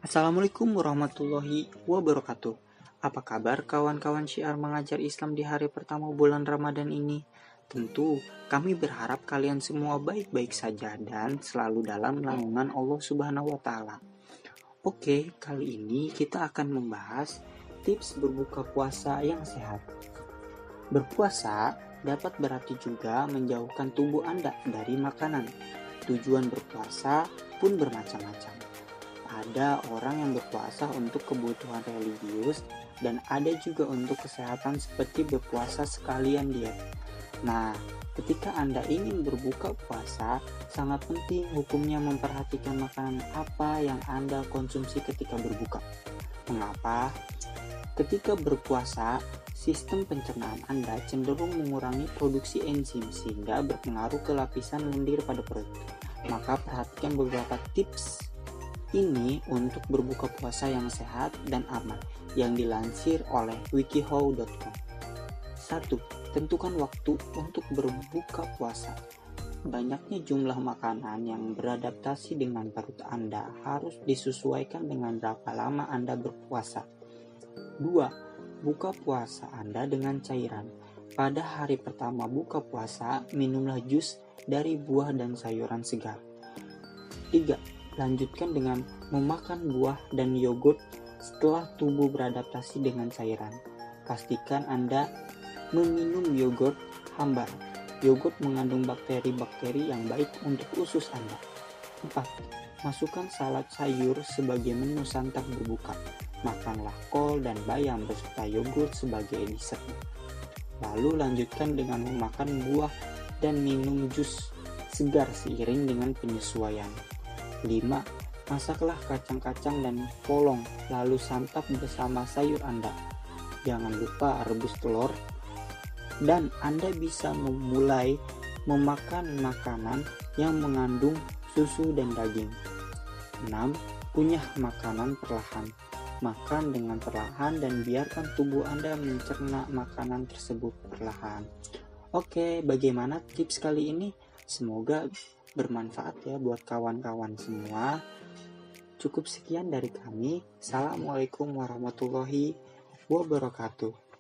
Assalamualaikum warahmatullahi wabarakatuh. Apa kabar kawan-kawan syiar mengajar Islam di hari pertama bulan Ramadan ini? Tentu kami berharap kalian semua baik-baik saja dan selalu dalam naungan Allah Subhanahu wa taala. Oke, kali ini kita akan membahas tips berbuka puasa yang sehat. Berpuasa dapat berarti juga menjauhkan tubuh Anda dari makanan. Tujuan berpuasa pun bermacam-macam. Ada orang yang berpuasa untuk kebutuhan religius dan ada juga untuk kesehatan seperti berpuasa sekalian diet. Nah, ketika Anda ingin berbuka puasa, sangat penting hukumnya memperhatikan makanan apa yang Anda konsumsi ketika berbuka. Mengapa? Ketika berpuasa, sistem pencernaan Anda cenderung mengurangi produksi enzim sehingga berpengaruh ke lapisan lendir pada perut. Maka perhatikan beberapa tips ini untuk berbuka puasa yang sehat dan aman yang dilansir oleh wikihow.com. 1. Tentukan waktu untuk berbuka puasa. Banyaknya jumlah makanan yang beradaptasi dengan perut Anda harus disesuaikan dengan berapa lama Anda berpuasa. 2. Buka puasa Anda dengan cairan. Pada hari pertama buka puasa, minumlah jus dari buah dan sayuran segar. 3. Lanjutkan dengan memakan buah dan yogurt setelah tubuh beradaptasi dengan cairan. Pastikan Anda meminum yogurt hambar. Yogurt mengandung bakteri-bakteri yang baik untuk usus Anda. 4. Masukkan salad sayur sebagai menu santap berbuka. Makanlah kol dan bayam beserta yogurt sebagai dessert. Lalu lanjutkan dengan memakan buah dan minum jus segar seiring dengan penyesuaian. 5. Masaklah kacang-kacang dan polong, lalu santap bersama sayur Anda. Jangan lupa rebus telur, dan Anda bisa memulai memakan makanan yang mengandung susu dan daging. 6. Kunyah makanan perlahan. Makan dengan perlahan dan biarkan tubuh Anda mencerna makanan tersebut perlahan. Oke, bagaimana tips kali ini? Semoga bermanfaat ya buat kawan-kawan semua. Cukup sekian dari kami. Assalamualaikum warahmatullahi wabarakatuh.